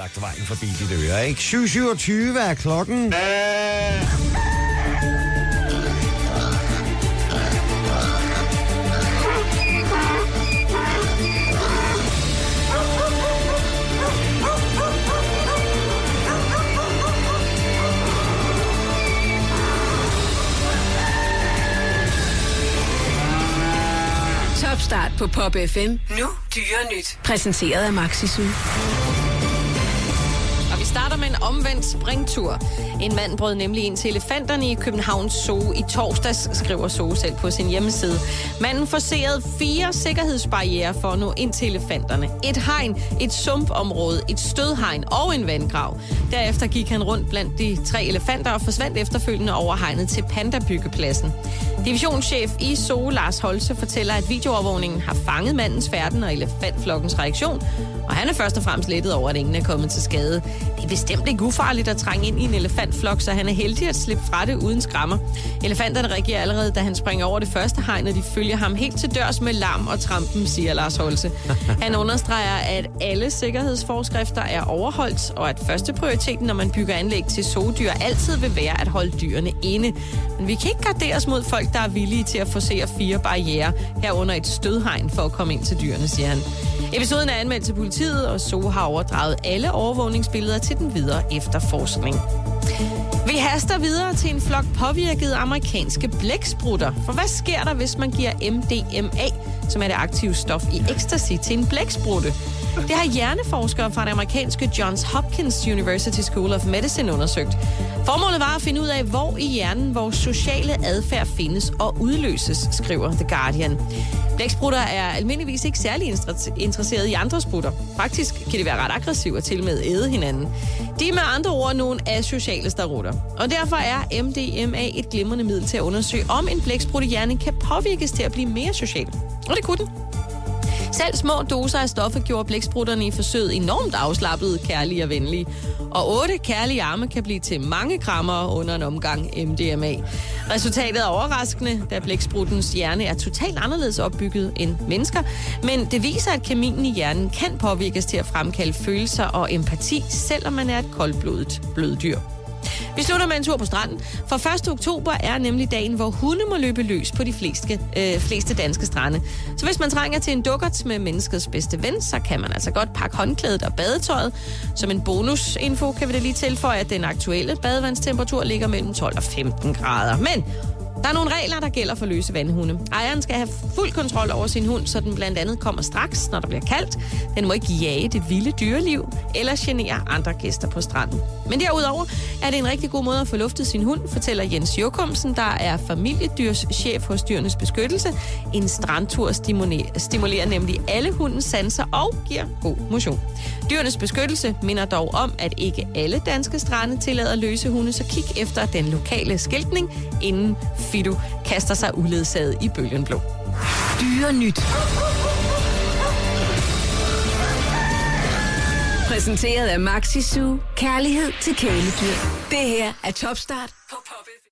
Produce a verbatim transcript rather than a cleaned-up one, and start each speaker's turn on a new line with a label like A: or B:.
A: lagt vejen forbi dit øre, ikke? syv syvogtyve er klokken.
B: Topstart på Pop F M. Nu dyre nyt. Præsenteret af Maxisud.
C: Og vi starter med en omvendt springtur. En mand brød nemlig ind til elefanterne i Københavns Zoo i torsdags, skriver Zoo selv på sin hjemmeside. Manden forcerede fire sikkerhedsbarrierer for at nå ind til elefanterne. Et hegn, et sumpområde, et stødhegn og en vandgrav. Derefter gik han rundt blandt de tre elefanter og forsvandt efterfølgende over hegnet til Panda-byggepladsen. Divisionschef i Zoo, Lars Holse, fortæller, at videoovervågningen har fanget mandens færden og elefantflokkens reaktion. Og han er først og fremmest lettet over, at ingen er kommet til skade. Det er bestemt ikke ufarligt at trænge ind i en elefantflok, så han er heldig at slippe fra det uden skrammer. Elefanterne reagerer allerede, da han springer over det første hegn, og de følger ham helt til dørs med larm og trampen, siger Lars Holse. Han understreger, at alle sikkerhedsforskrifter er overholdt, og at første prioriteten, når man bygger anlæg til zoodyr, altid vil være at holde dyrene inde. Men vi kan ikke gardere os mod folk, der er villige til at forsere fire barrierer herunder et stødhegn for at komme ind til dyrene, siger han. Episoden er anmeldt til politiet, og Zoo har overdraget alle overvågningsbilleder til den videre efterforskning. Vi haster videre til en flok påvirkede amerikanske blæksprutter. For hvad sker der, hvis man giver M D M A, som er det aktive stof i ecstasy, til en blæksprutte? Det har hjerneforskere fra det amerikanske Johns Hopkins University School of Medicine undersøgt. Formålet var at finde ud af, hvor i hjernen vores sociale adfærd findes og udløses, skriver The Guardian. Blæksprutter er almindeligvis ikke særlig interesseret i andre sprutter. Faktisk kan de være ret aggressive og til med æde hinanden. De er med andre ord nogle asociale starutter. Og derfor er M D M A et glimrende middel til at undersøge, om en blæksprutehjerne kan påvirkes til at blive mere social. Og det kunne den. Selv små doser af stoffet gjorde blæksprutterne i forsøget enormt afslappede, kærlige og venlige. Og otte kærlige arme kan blive til mange krammer under en omgang M D M A. Resultatet er overraskende, da blækspruttens hjerne er totalt anderledes opbygget end mennesker. Men det viser, at kemien i hjernen kan påvirkes til at fremkalde følelser og empati, selvom man er et koldblodet bløddyr. Vi slutter med en tur på stranden, for første oktober er nemlig dagen, hvor hunde må løbe løs på de fleste, øh, fleste danske strande. Så hvis man trænger til en dukkert med menneskets bedste ven, så kan man altså godt pakke håndklædet og badetøjet. Som en bonusinfo kan vi da lige tilføje, at den aktuelle badevandstemperatur ligger mellem tolv og femten grader. Men der er nogle regler, der gælder for løse vandhunde. Ejeren skal have fuld kontrol over sin hund, så den blandt andet kommer straks, når der bliver kaldt. Den må ikke jage det vilde dyreliv eller genere andre gæster på stranden. Men derudover er det en rigtig god måde at få luftet sin hund, fortæller Jens Jokumsen, der er familiedyrschef hos Dyrenes Beskyttelse. En strandtur stimulerer, stimulerer nemlig alle hundens sanser og giver god motion. Dyrenes Beskyttelse minder dog om, at ikke alle danske strande tillader løse hunde, så kig efter den lokale skiltning, inden Fido kaster sig uledsaget i bølgen blå.
B: Dyre nyt. Præsenteret af Maxisud. Kærlighed til kæledyr. Det her er Topstart på